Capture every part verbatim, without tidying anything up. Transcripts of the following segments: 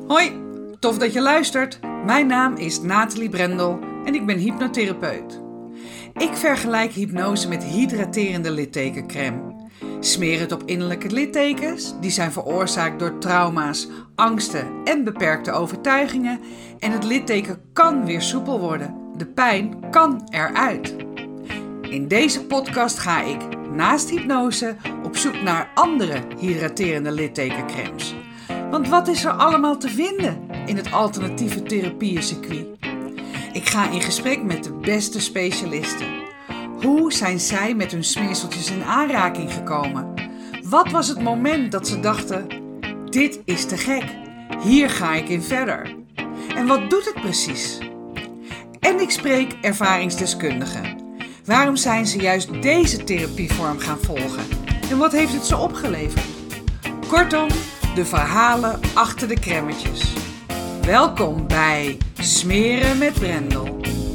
Hoi, tof dat je luistert. Mijn naam is Nathalie Brendel en ik ben hypnotherapeut. Ik vergelijk hypnose met hydraterende littekencrème. Smeer het op innerlijke littekens, die zijn veroorzaakt door trauma's, angsten en beperkte overtuigingen. En het litteken kan weer soepel worden. De pijn kan eruit. In deze podcast ga ik, naast hypnose, op zoek naar andere hydraterende littekencrèmes. Want wat is er allemaal te vinden in het alternatieve therapieëncircuit? Ik ga in gesprek met de beste specialisten. Hoe zijn zij met hun smeerseltjes in aanraking gekomen? Wat was het moment dat ze dachten, dit is te gek, hier ga ik in verder? En wat doet het precies? En ik spreek ervaringsdeskundigen. Waarom zijn ze juist deze therapievorm gaan volgen? En wat heeft het ze opgeleverd? Kortom, de verhalen achter de crèmetjes. Welkom bij Smeren met Brendel.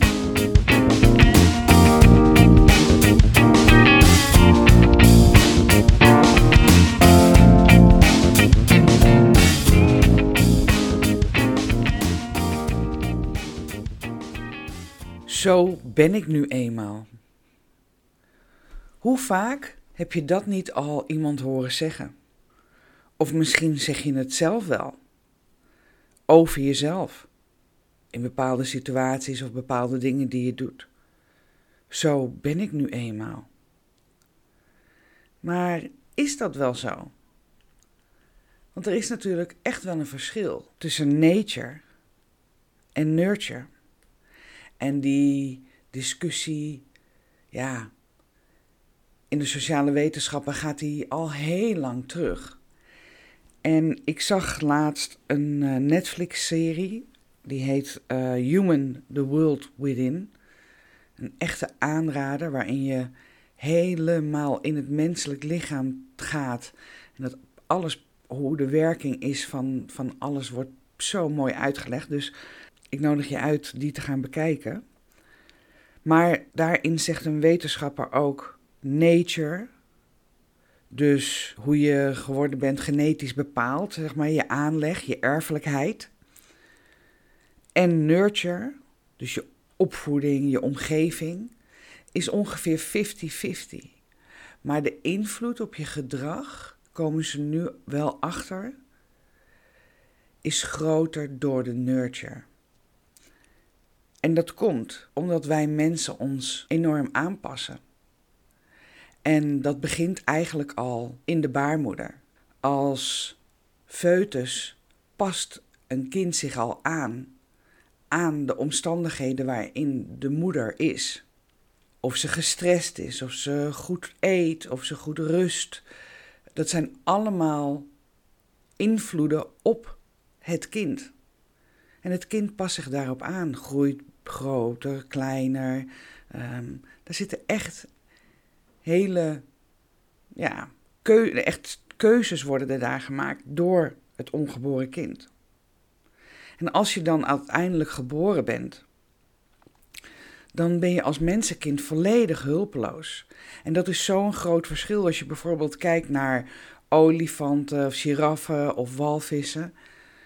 Zo ben ik nu eenmaal. Hoe vaak heb je dat niet al iemand horen zeggen? Of misschien zeg je het zelf wel. Over jezelf. In bepaalde situaties of bepaalde dingen die je doet. Zo ben ik nu eenmaal. Maar is dat wel zo? Want er is natuurlijk echt wel een verschil tussen nature en nurture. En die discussie, ja, in de sociale wetenschappen gaat die al heel lang terug. En ik zag laatst een uh, Netflix-serie, die heet uh, Human, the World Within. Een echte aanrader waarin je helemaal in het menselijk lichaam gaat. En dat alles, hoe de werking is van, van alles, wordt zo mooi uitgelegd. Dus ik nodig je uit die te gaan bekijken. Maar daarin zegt een wetenschapper ook nature. Dus hoe je geworden bent genetisch bepaald, zeg maar, je aanleg, je erfelijkheid. En nurture, dus je opvoeding, je omgeving, is ongeveer vijftig vijftig. Maar de invloed op je gedrag, komen ze nu wel achter, is groter door de nurture. En dat komt omdat wij mensen ons enorm aanpassen. En dat begint eigenlijk al in de baarmoeder. Als foetus past een kind zich al aan, aan de omstandigheden waarin de moeder is. Of ze gestrest is, of ze goed eet, of ze goed rust. Dat zijn allemaal invloeden op het kind. En het kind past zich daarop aan, groeit groter, kleiner. Um, daar zitten echt hele, ja, keu- echt keuzes worden er daar gemaakt door het ongeboren kind. En als je dan uiteindelijk geboren bent, dan ben je als mensenkind volledig hulpeloos. En dat is zo'n groot verschil als je bijvoorbeeld kijkt naar olifanten of giraffen of walvissen.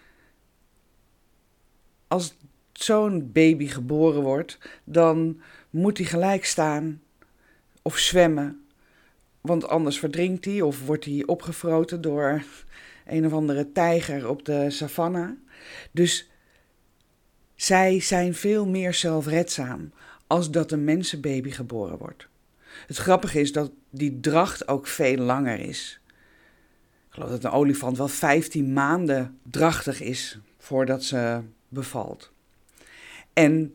Als zo'n baby geboren wordt, dan moet hij gelijk staan of zwemmen. Want anders verdrinkt hij of wordt hij opgefroten door een of andere tijger op de savanne. Dus zij zijn veel meer zelfredzaam als dat een mensenbaby geboren wordt. Het grappige is dat die dracht ook veel langer is. Ik geloof dat een olifant wel vijftien maanden drachtig is voordat ze bevalt. En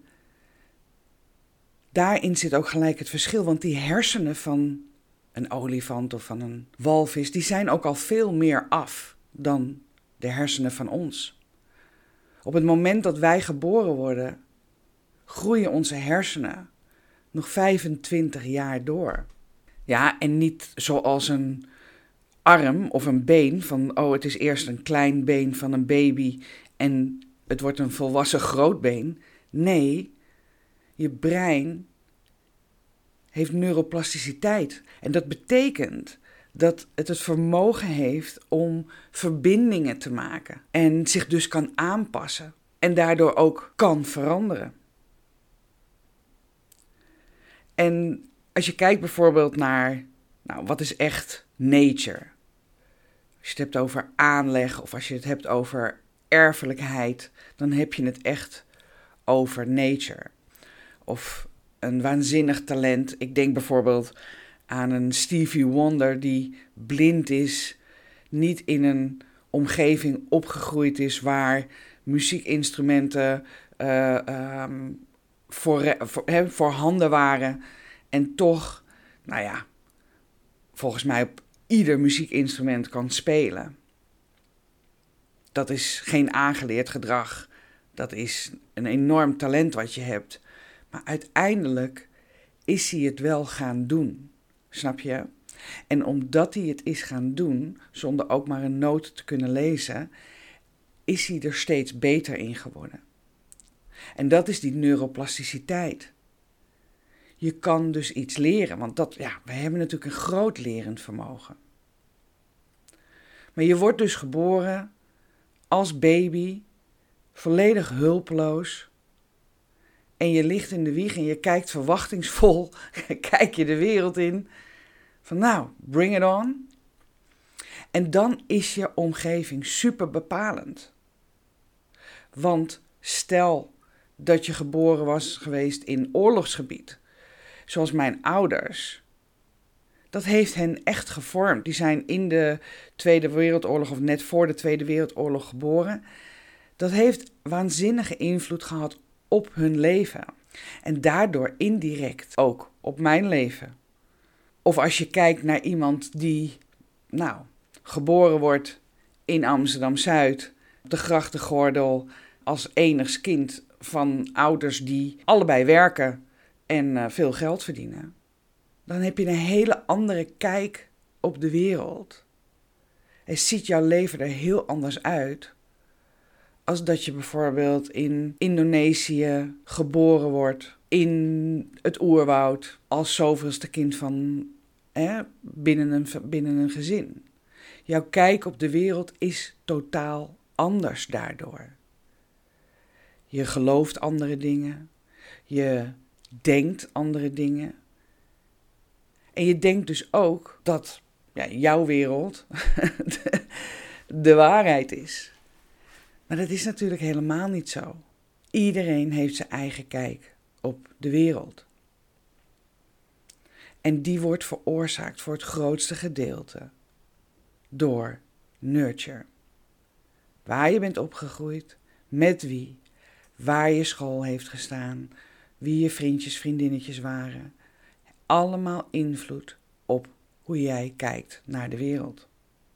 daarin zit ook gelijk het verschil, want die hersenen van een olifant of van een walvis, die zijn ook al veel meer af dan de hersenen van ons. Op het moment dat wij geboren worden, groeien onze hersenen nog vijfentwintig jaar door. Ja, en niet zoals een arm of een been van, oh, het is eerst een klein been van een baby en het wordt een volwassen groot been. Nee, je brein heeft neuroplasticiteit. En dat betekent dat het het vermogen heeft om verbindingen te maken en zich dus kan aanpassen en daardoor ook kan veranderen. En als je kijkt bijvoorbeeld naar, nou, wat is echt nature? Als je het hebt over aanleg of als je het hebt over erfelijkheid, dan heb je het echt over nature. Of een waanzinnig talent. Ik denk bijvoorbeeld aan een Stevie Wonder die blind is, niet in een omgeving opgegroeid is waar muziekinstrumenten uh, um, voor, voor, he, voorhanden waren en toch, nou ja, volgens mij op ieder muziekinstrument kan spelen. Dat is geen aangeleerd gedrag. Dat is een enorm talent wat je hebt. Maar uiteindelijk is hij het wel gaan doen. Snap je? En omdat hij het is gaan doen, zonder ook maar een noot te kunnen lezen, is hij er steeds beter in geworden. En dat is die neuroplasticiteit. Je kan dus iets leren, want dat, ja, we hebben natuurlijk een groot lerend vermogen. Maar je wordt dus geboren als baby, volledig hulpeloos. En je ligt in de wieg en je kijkt verwachtingsvol, kijk je de wereld in. Van nou, bring it on. En dan is je omgeving super bepalend. Want stel dat je geboren was geweest in oorlogsgebied, zoals mijn ouders. Dat heeft hen echt gevormd. Die zijn in de Tweede Wereldoorlog of net voor de Tweede Wereldoorlog geboren. Dat heeft waanzinnige invloed gehad op hun leven. En daardoor indirect ook op mijn leven. Of als je kijkt naar iemand die, nou, geboren wordt in Amsterdam-Zuid, op de grachtengordel, als enigst kind van ouders die allebei werken en uh, veel geld verdienen. Dan heb je een hele andere kijk op de wereld. En ziet jouw leven er heel anders uit als dat je bijvoorbeeld in Indonesië geboren wordt, in het oerwoud, als zoveelste kind van hè, binnen, een, binnen een gezin. Jouw kijk op de wereld is totaal anders daardoor. Je gelooft andere dingen, je denkt andere dingen. En je denkt dus ook dat ja, jouw wereld de, de waarheid is. Maar dat is natuurlijk helemaal niet zo. Iedereen heeft zijn eigen kijk op de wereld. En die wordt veroorzaakt voor het grootste gedeelte door nurture. Waar je bent opgegroeid, met wie, waar je school heeft gestaan, wie je vriendjes, vriendinnetjes waren. Allemaal invloed op hoe jij kijkt naar de wereld.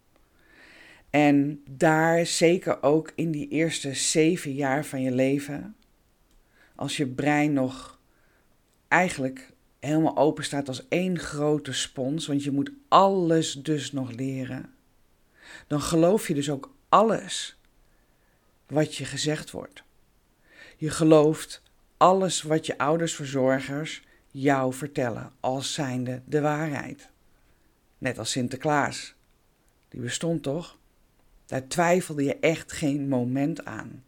En daar zeker ook in die eerste zeven jaar van je leven, als je brein nog eigenlijk helemaal open staat als één grote spons, want je moet alles dus nog leren, dan geloof je dus ook alles wat je gezegd wordt. Je gelooft alles wat je ouders, verzorgers jou vertellen als zijnde de waarheid. Net als Sinterklaas. Die bestond toch? Daar twijfelde je echt geen moment aan.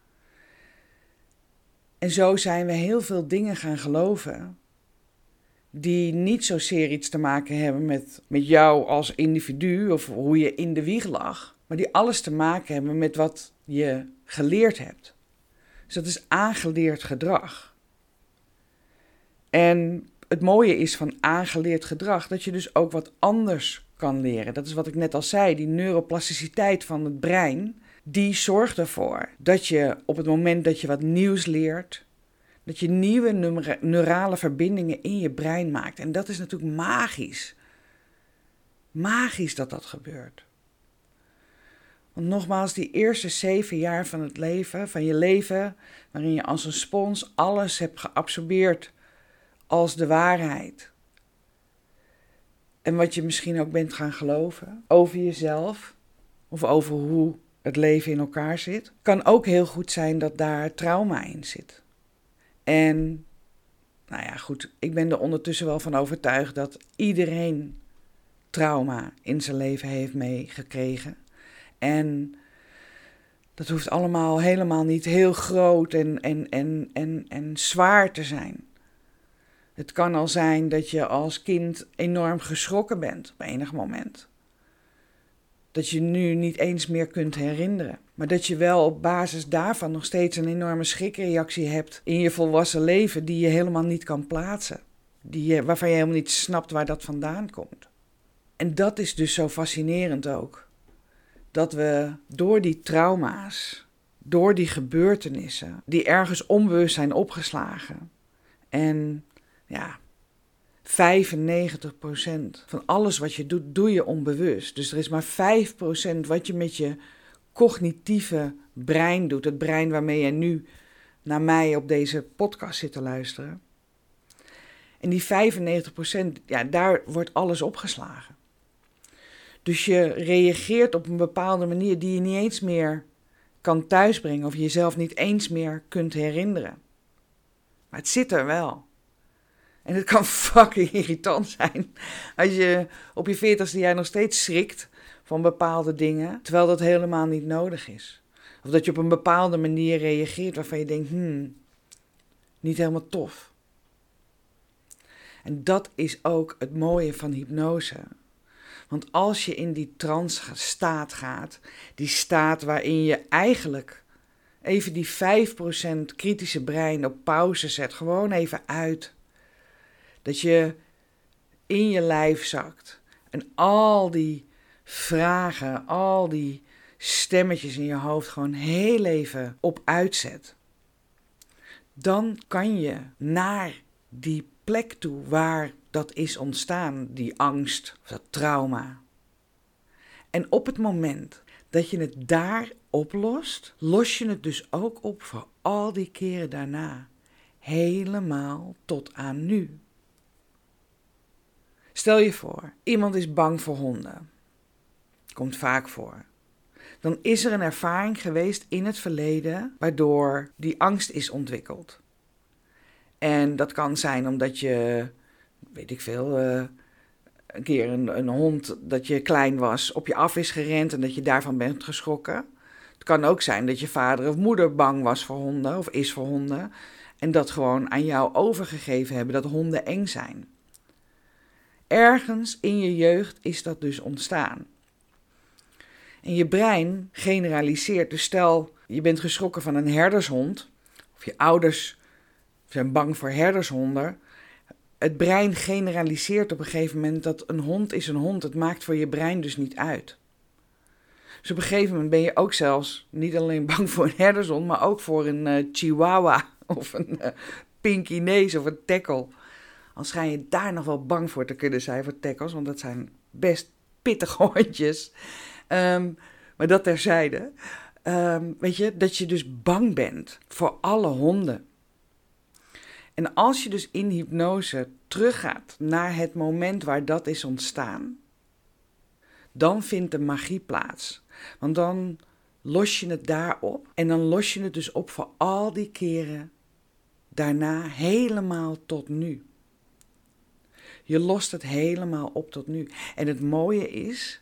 En zo zijn we heel veel dingen gaan geloven die niet zozeer iets te maken hebben met, met jou als individu of hoe je in de wieg lag, maar die alles te maken hebben met wat je geleerd hebt. Dus dat is aangeleerd gedrag. En het mooie is van aangeleerd gedrag dat je dus ook wat anders kan leren. Dat is wat ik net al zei, die neuroplasticiteit van het brein, die zorgt ervoor dat je op het moment dat je wat nieuws leert, dat je nieuwe neura- neurale verbindingen in je brein maakt. En dat is natuurlijk magisch. Magisch dat dat gebeurt. Want nogmaals, die eerste zeven jaar van het leven, van je leven, waarin je als een spons alles hebt geabsorbeerd als de waarheid. En wat je misschien ook bent gaan geloven over jezelf of over hoe het leven in elkaar zit, kan ook heel goed zijn dat daar trauma in zit. En, nou ja, goed, ik ben er ondertussen wel van overtuigd dat iedereen trauma in zijn leven heeft meegekregen. En dat hoeft allemaal helemaal niet heel groot en, en, en, en, en zwaar te zijn. Het kan al zijn dat je als kind enorm geschrokken bent op enig moment. Dat je nu niet eens meer kunt herinneren. Maar dat je wel op basis daarvan nog steeds een enorme schrikreactie hebt in je volwassen leven die je helemaal niet kan plaatsen. Die je, waarvan je helemaal niet snapt waar dat vandaan komt. En dat is dus zo fascinerend ook. Dat we door die trauma's, door die gebeurtenissen, die ergens onbewust zijn opgeslagen. En ja, vijfennegentig procent van alles wat je doet, doe je onbewust. Dus er is maar vijf procent wat je met je cognitieve brein doet. Het brein waarmee je nu naar mij op deze podcast zit te luisteren. En die vijfennegentig procent, ja, daar wordt alles opgeslagen. Dus je reageert op een bepaalde manier die je niet eens meer kan thuisbrengen of je jezelf niet eens meer kunt herinneren. Maar het zit er wel. En het kan fucking irritant zijn als je op je veertigste jaar nog steeds schrikt van bepaalde dingen, terwijl dat helemaal niet nodig is. Of dat je op een bepaalde manier reageert waarvan je denkt, hmm, niet helemaal tof. En dat is ook het mooie van hypnose. Want als je in die trance staat gaat, die staat waarin je eigenlijk even die vijf procent kritische brein op pauze zet, gewoon even uit. Dat je in je lijf zakt en al die vragen, al die stemmetjes in je hoofd gewoon heel even op uitzet. Dan kan je naar die plek toe waar dat is ontstaan, die angst of dat trauma. En op het moment dat je het daar oplost, los je het dus ook op voor al die keren daarna. Helemaal tot aan nu. Stel je voor, iemand is bang voor honden. Komt vaak voor. Dan is er een ervaring geweest in het verleden waardoor die angst is ontwikkeld. En dat kan zijn omdat je, weet ik veel, uh, een keer een, een hond dat je klein was op je af is gerend en dat je daarvan bent geschrokken. Het kan ook zijn dat je vader of moeder bang was voor honden of is voor honden en dat gewoon aan jou overgegeven hebben dat honden eng zijn. Ergens in je jeugd is dat dus ontstaan. En je brein generaliseert. Dus stel, je bent geschrokken van een herdershond, of je ouders zijn bang voor herdershonden. Het brein generaliseert op een gegeven moment dat een hond is een hond. Het maakt voor je brein dus niet uit. Dus op een gegeven moment ben je ook zelfs niet alleen bang voor een herdershond, maar ook voor een uh, chihuahua of een uh, Pekingese of een teckel. Al schijn je daar nog wel bang voor te kunnen zijn voor tekkels, want dat zijn best pittige hondjes. Um, maar dat terzijde. Um, weet je, dat je dus bang bent voor alle honden. En als je dus in hypnose teruggaat naar het moment waar dat is ontstaan, dan vindt de magie plaats. Want dan los je het daarop en dan los je het dus op voor al die keren daarna helemaal tot nu. Je lost het helemaal op tot nu. En het mooie is,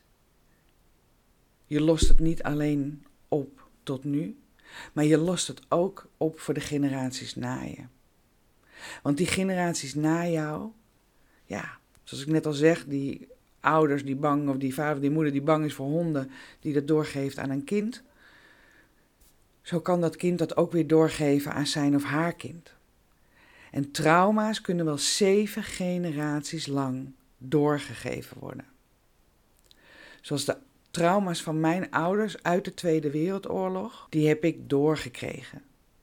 je lost het niet alleen op tot nu, maar je lost het ook op voor de generaties na je. Want die generaties na jou, ja, zoals ik net al zeg, die ouders die bang, of die vader, die moeder die bang is voor honden, die dat doorgeeft aan een kind. Zo kan dat kind dat ook weer doorgeven aan zijn of haar kind. En trauma's kunnen wel zeven generaties lang doorgegeven worden. Zoals de trauma's van mijn ouders uit de Tweede Wereldoorlog, die heb ik doorgekregen.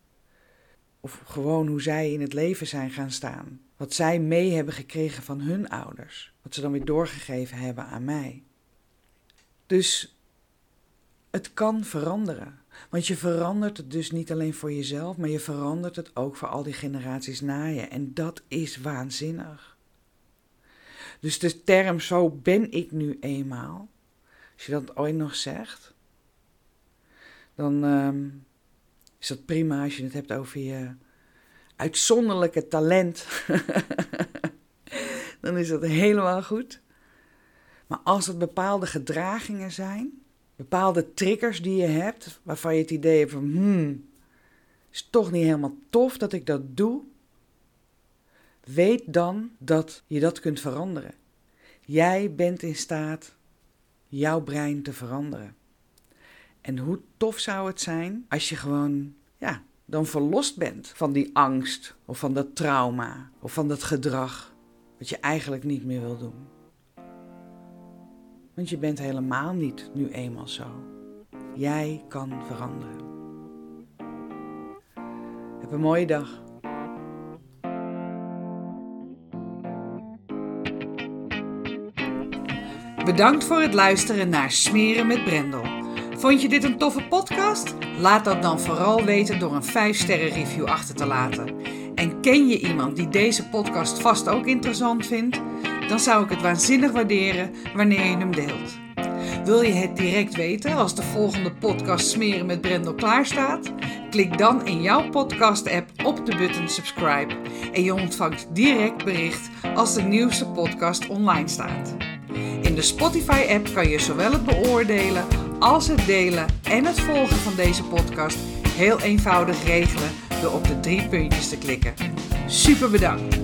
Of gewoon hoe zij in het leven zijn gaan staan. Wat zij mee hebben gekregen van hun ouders. Wat ze dan weer doorgegeven hebben aan mij. Dus het kan veranderen. Want je verandert het dus niet alleen voor jezelf, maar je verandert het ook voor al die generaties na je. En dat is waanzinnig. Dus de term zo ben ik nu eenmaal, als je dat ooit nog zegt, dan um, is dat prima als je het hebt over je uitzonderlijke talent. Dan is dat helemaal goed. Maar als het bepaalde gedragingen zijn, bepaalde triggers die je hebt, waarvan je het idee hebt van, hmm, is toch niet helemaal tof dat ik dat doe, weet dan dat je dat kunt veranderen. Jij bent in staat jouw brein te veranderen. En hoe tof zou het zijn als je gewoon, ja, dan verlost bent van die angst of van dat trauma of van dat gedrag wat je eigenlijk niet meer wil doen. Want je bent helemaal niet nu eenmaal zo. Jij kan veranderen. Heb een mooie dag. Bedankt voor het luisteren naar Smeren met Brendel. Vond je dit een toffe podcast? Laat dat dan vooral weten door een vijf sterren review achter te laten. En ken je iemand die deze podcast vast ook interessant vindt? Dan zou ik het waanzinnig waarderen wanneer je hem deelt. Wil je het direct weten als de volgende podcast Smeren met Brendel klaar staat? Klik dan in jouw podcast-app op de button subscribe en je ontvangt direct bericht als de nieuwste podcast online staat. In de Spotify-app kan je zowel het beoordelen als het delen en het volgen van deze podcast heel eenvoudig regelen door op de drie puntjes te klikken. Super bedankt!